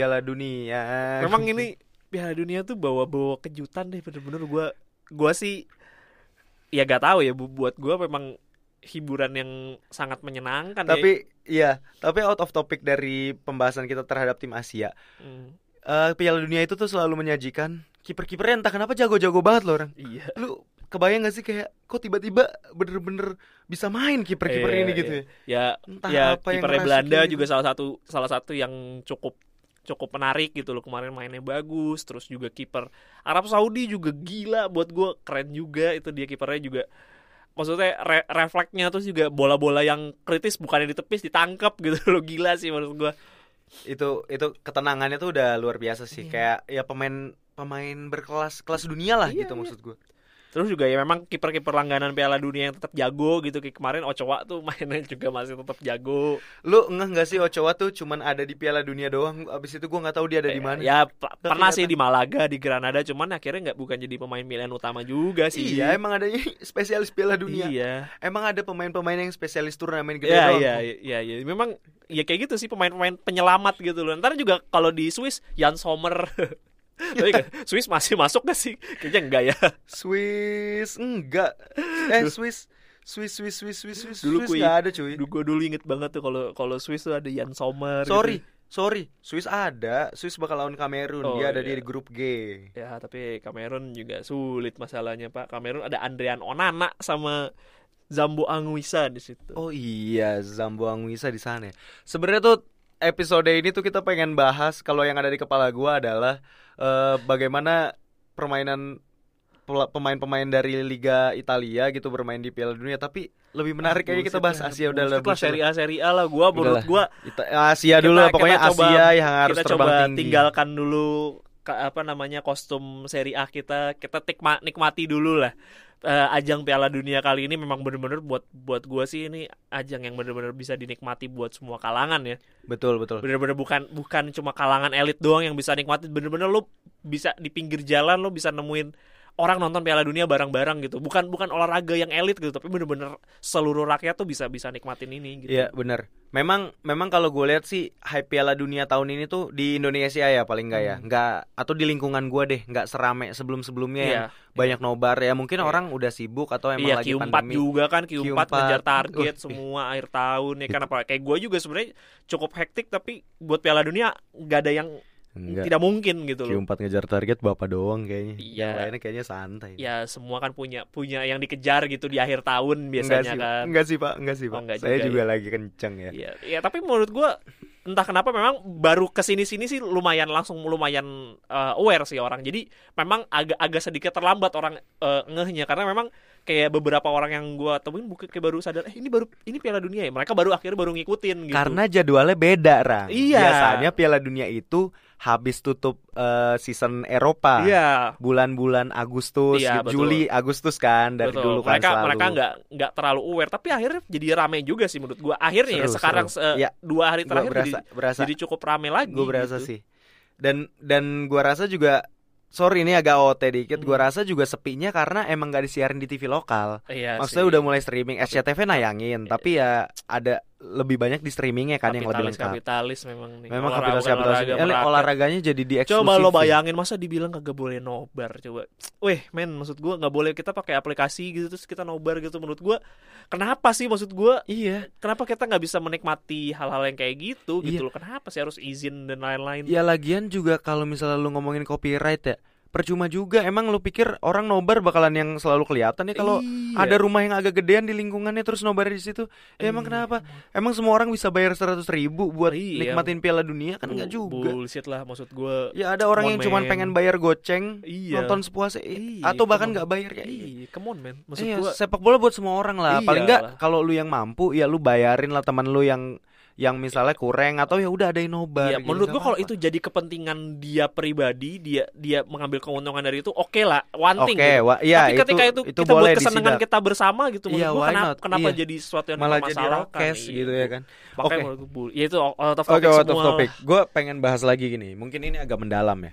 Memang ini Piala Dunia tuh bawa kejutan deh bener-bener. Gua sih ya gak tahu ya, buat gua memang hiburan yang sangat menyenangkan. Tapi out of topic dari pembahasan kita terhadap tim Asia. Piala Dunia itu tuh selalu menyajikan kiper-kipernya entah kenapa jago-jago banget loh orang. Iya. Lu kebayang gak sih kayak kok tiba-tiba bener-bener bisa main kiper-kiper ini gitu ya? Ya kipernya Belanda gitu. Juga salah satu yang cukup menarik gitu loh, kemarin mainnya bagus. Terus juga kiper Arab Saudi juga gila, buat gue keren juga itu, dia kipernya juga. Maksudnya refleksnya terus juga bola-bola yang kritis bukannya ditepis ditangkap gitu loh, gila sih menurut gue. Itu ketenangannya tuh udah luar biasa sih. Kayak ya pemain berkelas dunia lah gitu maksud gue. Terus juga ya memang kiper-kiper langganan Piala Dunia yang tetap jago gitu. Kayak kemarin Ochoa tuh mainnya juga masih tetap jago. Lu enggak sih Ochoa tuh cuman ada di Piala Dunia doang, abis itu gue nggak tahu dia ada di mana. Ya pernah sih di Malaga, di Granada, cuman akhirnya bukan jadi pemain pilihan utama juga sih. Iya, emang ada spesialis Piala Dunia. Iya. Emang ada pemain-pemain yang spesialis turnamen gede doang. Iya. Memang ya kayak gitu sih, pemain-pemain penyelamat gitu loh. Ntar juga kalau di Swiss Jan Sommer. Tapi Swiss masih masuk gak sih? Kayaknya enggak ya. Swiss enggak. Swiss dulu enggak ada cuy. Gue dulu inget banget tuh kalau Swiss tuh ada Jan Sommer. Sorry, Swiss ada. Swiss bakal lawan Kamerun. Dia ada di grup G. Ya, tapi Kamerun juga sulit masalahnya, Pak. Kamerun ada Andrian Onana sama Zambo Anguissa di situ. Oh iya, Zambo Anguissa di sana. Sebenarnya tuh episode ini tuh kita pengen bahas, kalau yang ada di kepala gue adalah bagaimana permainan pemain-pemain dari Liga Italia gitu bermain di Piala Dunia, tapi lebih menarik kayaknya kita bahas Asia udah lebih. Serie A lah, menurut gua Asia dulu lah, pokoknya Asia yang harus terbang tinggi. Kita coba tinggalkan dulu kostum Serie A kita nikmati dulu lah. Ajang Piala Dunia kali ini memang benar-benar buat gue sih ini ajang yang benar-benar bisa dinikmati buat semua kalangan ya. Betul. Benar-benar bukan cuma kalangan elit doang yang bisa nikmati, benar-benar lo bisa di pinggir jalan lo bisa nemuin orang nonton Piala Dunia bareng-bareng gitu. Bukan olahraga yang elit gitu, tapi benar-benar seluruh rakyat tuh bisa nikmatin ini gitu. Iya, benar. Memang kalau gue lihat sih hype Piala Dunia tahun ini tuh di Indonesia ya paling enggak ya. Enggak, atau di lingkungan gue deh, enggak serame sebelum-sebelumnya yang banyak nobar ya. Mungkin orang udah sibuk atau emang lagi Q4 pandemi. juga kan, Q4 ngejar target semua akhir tahun ya kan, apa kayak gue juga sebenarnya cukup hektik, tapi buat Piala Dunia enggak ada yang tidak mungkin gitu loh. Q4 ngejar target bapak doang kayaknya. Iya. Yang lainnya kayaknya santai. Ya semua kan punya yang dikejar gitu di akhir tahun biasanya kan. Enggak sih pak. Saya juga lagi kenceng ya. Iya, tapi menurut gue entah kenapa memang baru kesini sih lumayan aware sih orang. Jadi memang agak sedikit terlambat orang ngehnya, karena memang kayak beberapa orang yang gue temuin kayak baru sadar ini Piala Dunia ya. Mereka akhirnya baru ngikutin gitu. Karena jadwalnya beda, Rang. Iya. Biasanya Piala Dunia itu habis tutup season Eropa. Iya. Bulan-bulan Agustus, Juli, Agustus kan dari dulu kan selalu. Mereka nggak terlalu aware, tapi akhirnya jadi rame juga sih menurut gue. Akhirnya sekarang 2 hari terakhir berasa, jadi cukup rame lagi. Gue berasa gitu sih. Dan gue rasa juga, sorry ini agak OT dikit, gue rasa juga sepinya karena emang gak disiarin di TV lokal. Iya, maksudnya sih. Udah mulai streaming, SCTV nayangin, tapi ya ada lebih banyak di streamingnya kan yang lebih lengkap. Kapitalis memang nih. Memang kapitalis. Olahraganya jadi dieksklusif. Coba lo bayangin, masa dibilang kagak boleh nobar, coba. Maksud gue nggak boleh kita pakai aplikasi gitu terus kita nobar gitu. Menurut gue kenapa sih, maksud gue kenapa kita nggak bisa menikmati hal-hal yang kayak gitu gitu loh. Kenapa sih harus izin dan lain-lain? Ya lagian juga kalau misalnya lu ngomongin copyright ya, percuma juga. Emang lu pikir orang nobar bakalan yang selalu kelihatan ya kalau ada rumah yang agak gedean di lingkungannya terus nobar di situ? Ya emang kenapa? Emang semua orang bisa bayar 100.000 buat nikmatin Piala Dunia kan? Enggak juga. Bullshit lah, maksud gue. Ya ada orang yang cuma pengen bayar goceng nonton sepuasnya, atau bahkan nggak bayar ya. Come on man, maksud gue sepak bola buat semua orang lah. Paling nggak kalau lu yang mampu ya lu bayarin lah teman lu yang misalnya kurang, atau ya udah ada yang nobar. Iya, gitu, menurut gua kalau itu jadi kepentingan dia pribadi, dia mengambil keuntungan dari itu, oke lah, one thing. Tapi ketika itu kita buat kesenangan kita bersama gitu, menurut gua kenapa jadi sesuatu yang dipermasalahkan gitu ya kan. Makanya ya itu out of topic semua. Gua pengen bahas lagi gini. Mungkin ini agak mendalam ya.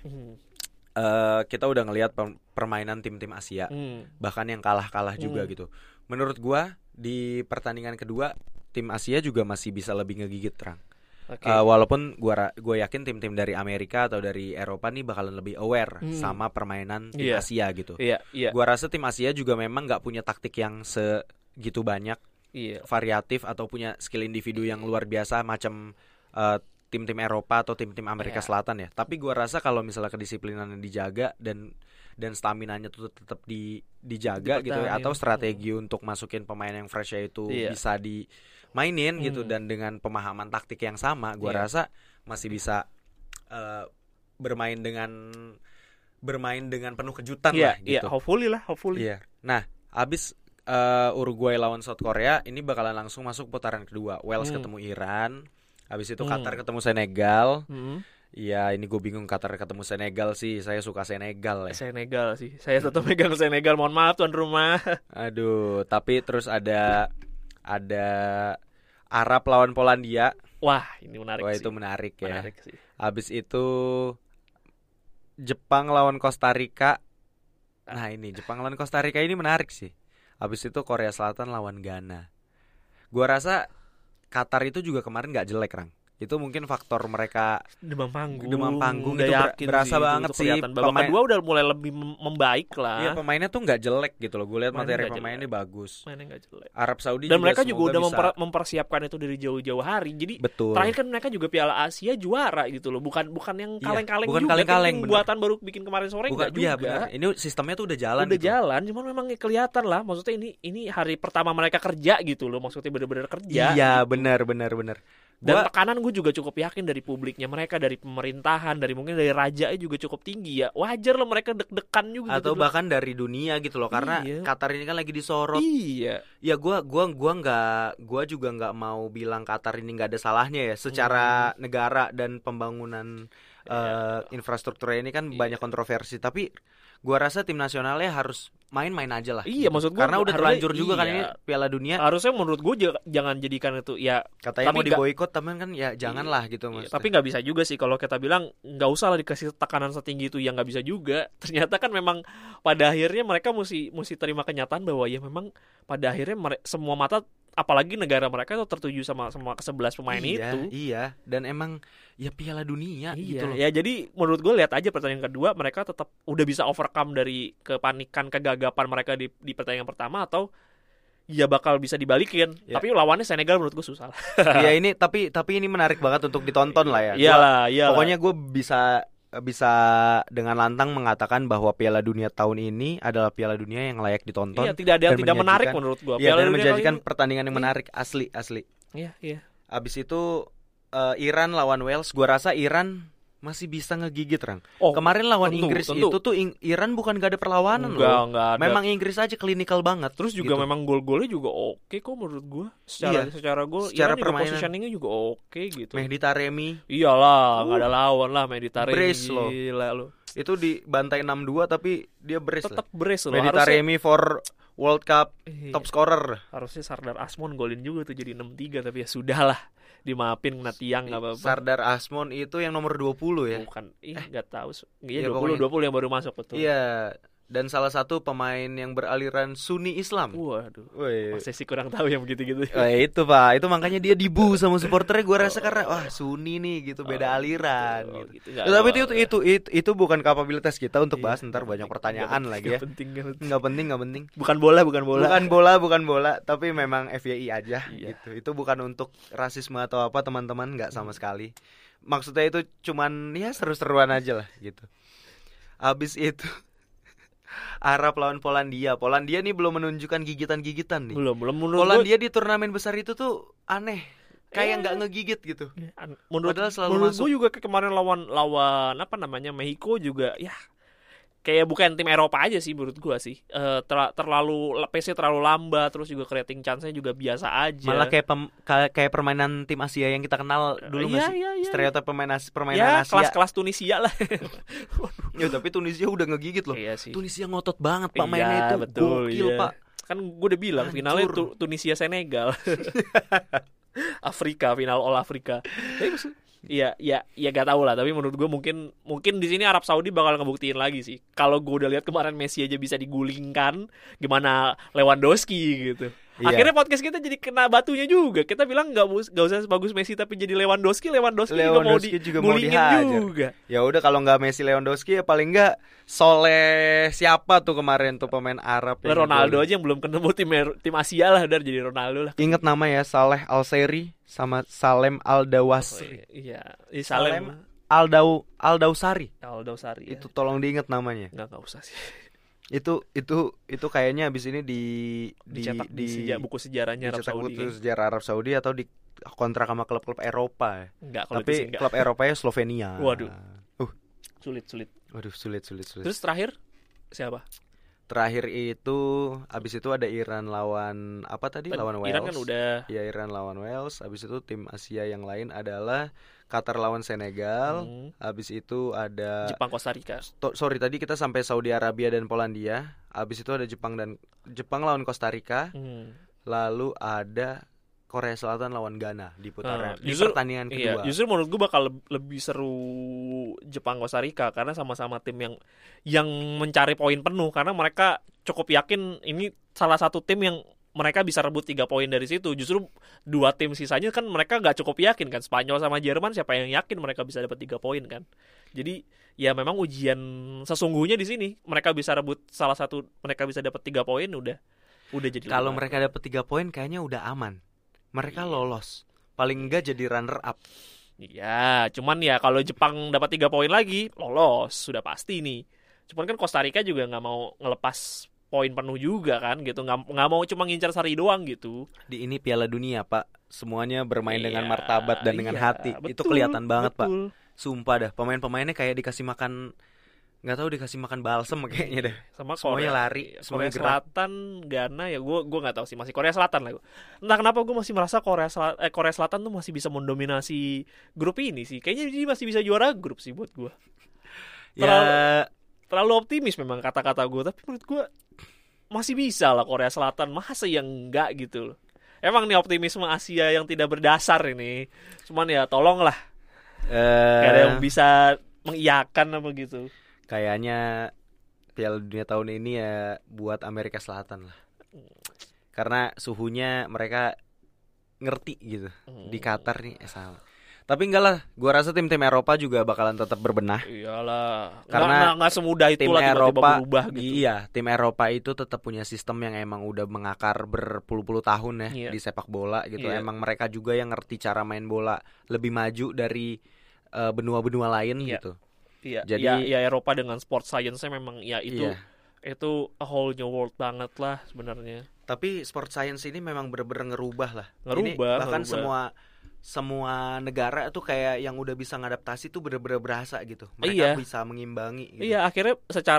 Kita udah ngelihat permainan tim-tim Asia, bahkan yang kalah-kalah juga gitu. Menurut gua di pertandingan kedua tim Asia juga masih bisa lebih ngegigit Rang. Walaupun gue yakin tim-tim dari Amerika atau dari Eropa nih bakalan lebih aware sama permainan tim Asia gitu. Gue rasa tim Asia juga memang nggak punya taktik yang segitu banyak, variatif atau punya skill individu yang luar biasa macam tim-tim Eropa atau tim-tim Amerika Selatan ya. Tapi gue rasa kalau misalnya kedisiplinannya dijaga dan staminanya tuh tetap dijaga gitu ya, atau strategi untuk masukin pemain yang fresh itu bisa dimainin gitu, dan dengan pemahaman taktik yang sama, gua rasa masih bisa bermain dengan penuh kejutan lah gitu. Hopefully. Nah, abis Uruguay lawan South Korea ini bakalan langsung masuk putaran kedua. Wales ketemu Iran, habis itu Qatar ketemu Senegal. Iya, ini gue bingung Qatar ketemu Senegal sih. Saya suka Senegal ya. Senegal sih. Saya tetap megang Senegal. Mohon maaf tuan rumah. Aduh, tapi terus ada Arab lawan Polandia. Wah, ini menarik sih. Itu menarik ya. Menarik sih. Habis itu Jepang lawan Costa Rica. Nah, ini Jepang lawan Costa Rica ini menarik sih. Habis itu Korea Selatan lawan Ghana. Gua rasa Qatar itu juga kemarin gak jelek, Rang. Itu mungkin faktor mereka demam panggung itu berasa banget sih. Babak kedua udah mulai lebih membaik lah. Iya, pemainnya tuh nggak jelek gitu loh. Gue lihat materi pemainnya bagus. Mainnya nggak jelek. Arab Saudi dan mereka juga udah mempersiapkan itu dari jauh-jauh hari. Jadi terakhir kan mereka juga Piala Asia juara gitu loh. Bukan yang kaleng-kaleng juga. Kaleng-kaleng buatan baru bikin kemarin sore enggak juga. Iya, benar. Ini sistemnya tuh udah jalan. Cuman memang kelihatan lah. Maksudnya ini hari pertama mereka kerja gitu loh. Maksudnya benar-benar kerja. Iya, gitu. benar. Dan tekanan gue juga cukup yakin dari publiknya mereka, dari pemerintahan, dari mungkin dari rajanya juga cukup tinggi ya. Wajar lah mereka deg-degan juga. Atau gitu bahkan dari dunia gitu loh, karena Qatar ini kan lagi disorot. Iya. Ya gue juga nggak mau bilang Qatar ini nggak ada salahnya ya. Secara negara dan pembangunan infrastrukturnya ini kan banyak kontroversi. Tapi gue rasa tim nasionalnya harus main-main aja lah. Iya, maksud gue karena udah terlanjur juga kan ini Piala Dunia. Harusnya menurut gue jangan jadikan itu ya. Katanya mau diboikot, teman kan ya janganlah gitu mas. Tapi nggak bisa juga sih kalau kita bilang nggak usah lah dikasih tekanan setinggi itu, yang nggak bisa juga. Ternyata kan memang pada akhirnya mereka mesti terima kenyataan bahwa ya memang pada akhirnya semua mata, apalagi negara mereka tuh tertuju sama ke-11 pemain itu. Iya, dan emang ya Piala Dunia gitu loh. Ya jadi menurut gue lihat aja pertandingan kedua mereka tetap udah bisa overcome dari kepanikan, kegagapan mereka di pertandingan pertama, atau ya bakal bisa dibalikin. Ya. Tapi lawannya Senegal menurut gue susah. Iya ini tapi ini menarik banget untuk ditonton lah ya. Iyalah. Pokoknya gue bisa dengan lantang mengatakan bahwa Piala Dunia tahun ini adalah Piala Dunia yang layak ditonton. Iya, tidak ada yang tidak menarik menurut gua. Iya, dan menjadikan pertandingan yang menarik asli. Iya. Abis itu Iran lawan Wales, gua rasa Iran masih bisa ngegigit, Rang. Kemarin lawan Inggris itu tuh Iran bukan gak ada perlawanan loh. Enggak ada. Memang Inggris aja klinikal banget. Terus juga gitu. Memang gol-golnya juga oke kok menurut gua. Secara gol, Iran juga positioningnya juga oke gitu. Mehdi Taremi. Iyalah, nggak ada lawan lah Mehdi Taremi. Brace loh. Gila lo. Itu dibantai 6-2 tapi dia brace. Tetap brace loh. Mehdi Taremi for World Cup top scorer. Harusnya Sardar Asmon golin juga tuh jadi 6-3, tapi ya sudahlah. Dimaafin kena tiang enggak apa-apa. Sardar Asmon itu yang nomor 20 ya? Bukan. Enggak tahu. Iya 20 yang baru masuk betul. Iya. Dan salah satu pemain yang beraliran Sunni Islam. Waduh. Masih sih kurang tahu yang begitu-gitu. Itu Pak, itu makanya dia dibu sama supporternya, gue rasa karena Sunni nih gitu, beda aliran gitu. Tapi itu bukan kapabilitas kita untuk bahas, ntar banyak pertanyaan lagi ya. Enggak penting. Bukan bola, tapi memang FYI aja gitu. Itu bukan untuk rasisme atau apa teman-teman, enggak sama sekali. Maksudnya itu cuman ya seru-seruan aja lah gitu. Habis itu Arab lawan Polandia. Polandia nih belum menunjukkan gigitan-gigitan nih. Belum. Polandia di turnamen besar itu tuh aneh. Kayak nggak ngegigit gitu. Menurut gue juga kemarin lawan apa namanya Meksiko juga ya kayak bukan tim Eropa aja sih menurut gue sih. Terlalu pace-nya terlalu lambat, terus juga creating chance-nya juga biasa aja. Malah kayak permainan tim Asia yang kita kenal dulu masih. Stereotip permainan Asia. Kelas-kelas Tunisia lah. Ya tapi Tunisia udah ngegigit loh. Iya sih. Tunisia ngotot banget Pak mainnya itu. Betul, gokil Pak. Kan gue udah bilang finalnya Tunisia Senegal. Afrika, final All Afrika. Iya, gak tahu lah. Tapi menurut gue mungkin di sini Arab Saudi bakal ngebuktiin lagi sih. Kalau gue udah lihat kemarin Messi aja bisa digulingkan, gimana Lewandowski gitu. Iya. Akhirnya podcast kita jadi kena batunya juga. Kita bilang nggak usah sebagus Messi tapi jadi Lewandowski juga mau digulingin juga. Ya udah kalau nggak Messi Lewandowski ya paling nggak Soleh siapa tuh kemarin tuh pemain Arab. Ronaldo aja yang belum ketemu tim Asia lah, udah jadi Ronaldo lah. Ingat nama ya, Saleh Al-Seri sama Salem Al-Dawasri. Salem Al-Dawsari. Itu tolong diingat namanya. Nggak usah sih. Itu kayaknya abis ini dicetak di buku sejarahnya Arab Saudi. Buku sejarah Arab Saudi atau di kontrak sama klub-klub Eropa. Enggak, tapi klub Eropanya Slovenia. Waduh. Sulit. Waduh, sulit. Terus terakhir siapa? Terakhir itu abis itu ada Iran lawan apa tadi? Lawan Wales. Iran kan udah. Ya, Iran lawan Wales. Abis itu tim Asia yang lain adalah Qatar lawan Senegal. Abis itu ada Jepang Costa Rica. Tadi kita sampai Saudi Arabia dan Polandia. Abis itu ada Jepang lawan Costa Rica. Lalu ada Korea Selatan lawan Ghana di putaran di pertandingan kedua. Justru menurut gue bakal lebih seru Jepang Costa Rica karena sama-sama tim yang mencari poin penuh, karena mereka cukup yakin ini salah satu tim yang mereka bisa rebut 3 poin dari situ. Justru 2 tim sisanya kan mereka nggak cukup yakin kan. Spanyol sama Jerman siapa yang yakin mereka bisa dapat 3 poin kan. Jadi ya memang ujian sesungguhnya di sini. Mereka bisa rebut salah satu, mereka bisa dapat 3 poin udah jadi. Kalau mereka dapat 3 poin kayaknya udah aman. Mereka lolos. Paling enggak jadi runner up. Iya, cuman ya kalau Jepang dapat 3 poin lagi, lolos sudah pasti nih. Cuman kan Costa Rica juga nggak mau ngelepas poin penuh juga kan gitu, nggak mau cuma ngincar seri doang gitu. Di ini Piala Dunia Pak, semuanya bermain dengan Iya, martabat dan dengan hati. Itu betul, kelihatan banget betul. Pak. Sumpah dah, pemain-pemainnya kayak dikasih makan, nggak tahu dikasih makan balsem kayaknya dah. Sama Semuanya Korea, lari, Korea semuanya gerak. Selatan, Ghana ya gue nggak tahu sih, masih Korea Selatan lah. Entah kenapa gue masih merasa Korea Selatan tuh masih bisa mendominasi grup ini sih. Kayaknya dia masih bisa juara grup sih buat gue. Terlalu optimis memang kata-kata gue, tapi menurut gue masih bisa lah Korea Selatan, masa yang enggak gitu loh. Emang nih optimisme Asia yang tidak berdasar ini. Cuman ya tolonglah, gak ada yang bisa mengiyakan apa gitu. Kayaknya Piala Dunia tahun ini ya buat Amerika Selatan lah. Karena suhunya mereka ngerti gitu. Di Qatar nih sama. Tapi enggak lah, gua rasa tim-tim Eropa juga bakalan tetap berbenah. Iyalah, Karena nggak semudah itu tim lah tiba-tiba Eropa berubah gitu. Iya, tim Eropa itu tetap punya sistem yang emang udah mengakar berpuluh-puluh tahun ya Iya. di sepak bola gitu. Iya. Emang mereka juga yang ngerti cara main bola lebih maju dari benua-benua lain Iya. gitu. Iya, Jadi- ya Eropa dengan sport science-nya memang ya itu Iya. itu a whole new world banget lah sebenarnya. Tapi sport science ini memang bener-bener ngerubah lah. Ini Ngerubah, bahkan ngerubah. semua negara tuh kayak yang udah bisa ngadaptasi tuh bener-bener berasa gitu. Mereka Iya. bisa mengimbangi gitu. Iya, akhirnya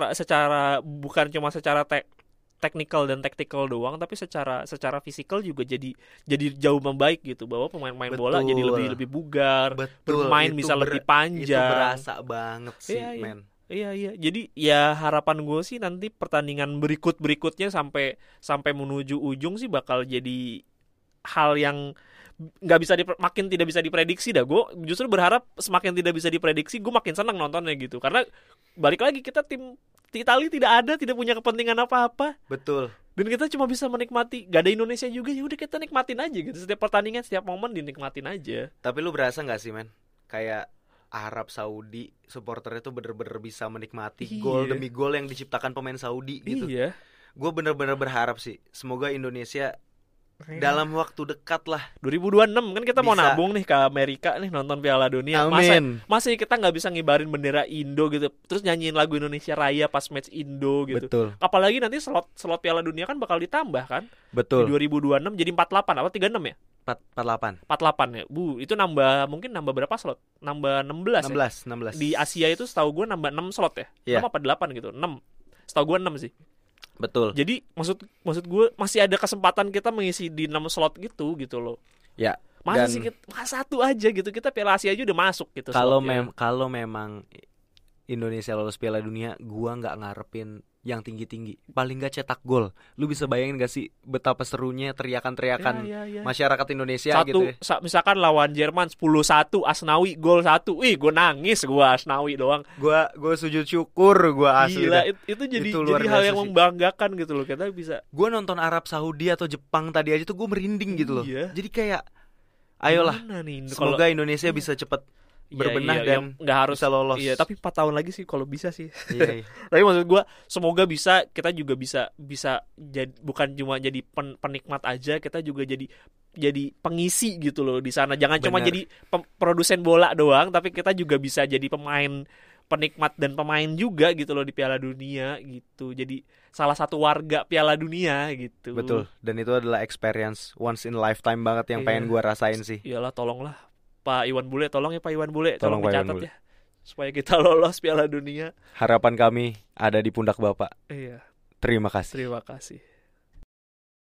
secara bukan cuma secara technical dan tactical doang, tapi secara fisikal juga jadi jauh membaik gitu, bahwa pemain-pemain bola Betul. jadi lebih bugar, Betul, bermain itu bisa lebih panjang. Itu berasa banget sih, Iya, iya. men. Iya. Jadi ya harapan gue sih nanti pertandingan berikutnya sampai menuju ujung sih bakal jadi hal yang nggak bisa makin tidak bisa diprediksi dah. Gue justru berharap semakin tidak bisa diprediksi, gue makin senang nontonnya gitu. Karena balik lagi kita tim Italia tidak punya kepentingan apa-apa. Betul. Dan kita cuma bisa menikmati. Gak ada Indonesia juga, ya udah kita nikmatin aja gitu. Setiap pertandingan, setiap momen dinikmatin aja. Tapi lu berasa nggak sih, men? Kayak Arab Saudi supporternya tuh bener-bener bisa menikmati Iya. gol demi gol yang diciptakan pemain Saudi gitu. Iya. Gue bener-bener berharap sih, semoga Indonesia dalam waktu dekat lah 2026 kan kita mau Bisa. nabung nih ke Amerika nih nonton Piala Dunia. Amin. Masa kita nggak bisa ngibarin bendera Indo gitu, terus nyanyiin lagu Indonesia Raya pas match Indo gitu. Betul. Apalagi nanti slot Piala Dunia kan bakal ditambah kan. Betul. Di 2026 jadi 48 apa 36 ya? 48. 48 ya. Itu mungkin nambah berapa slot? Nambah 16 ya? 16. Di Asia itu setahu gue nambah 6 slot ya. Iya. 6 apa 8 gitu. 6. Setahu gue 6 sih. Betul. Jadi maksud gue masih ada kesempatan kita mengisi di 6 slot gitu loh. Ya. Masa Dan sih satu aja gitu, kita Piala Asia aja udah masuk gitu. kalau slotnya. memang Indonesia lolos Piala Dunia, gua nggak ngarepin yang tinggi-tinggi. Paling nggak cetak gol. Lu bisa bayangin gak sih betapa serunya teriakan-teriakan Ya. masyarakat Indonesia gitu ya. Misalkan lawan Jerman 10-1, Asnawi gol 1. Gue nangis Asnawi doang. Gua sujud syukur gua asli. Gila, dah. itu jadi Itu luar hal biasa yang sih. membanggakan gitu loh. Kita bisa Gua nonton Arab Saudi atau Jepang tadi aja tuh gua merinding gitu loh. Iya. Jadi kayak ayolah, gimana nih? semoga Indonesia bisa cepet berbenah dan nggak harus bisa lolos. Iya, tapi 4 tahun lagi sih kalau bisa sih. Iya. Tapi maksud gue semoga kita juga bisa jadi, bukan cuma jadi penikmat aja, kita juga jadi pengisi gitu loh di sana. Jangan cuma Bener. jadi produsen bola doang, tapi kita juga bisa jadi pemain, penikmat dan pemain juga gitu loh di Piala Dunia gitu. Jadi salah satu warga Piala Dunia gitu. Betul. Dan itu adalah experience once in a lifetime banget yang Iya. pengen gua rasain sih. Iyalah, tolonglah Pak Iwan Bule, tolong ya Pak Iwan Bule, Tolong tolong Pak Iwan dicatat Bule. ya supaya kita lolos Piala Dunia. Harapan kami ada di pundak Bapak. Iya, Terima kasih. terima kasih.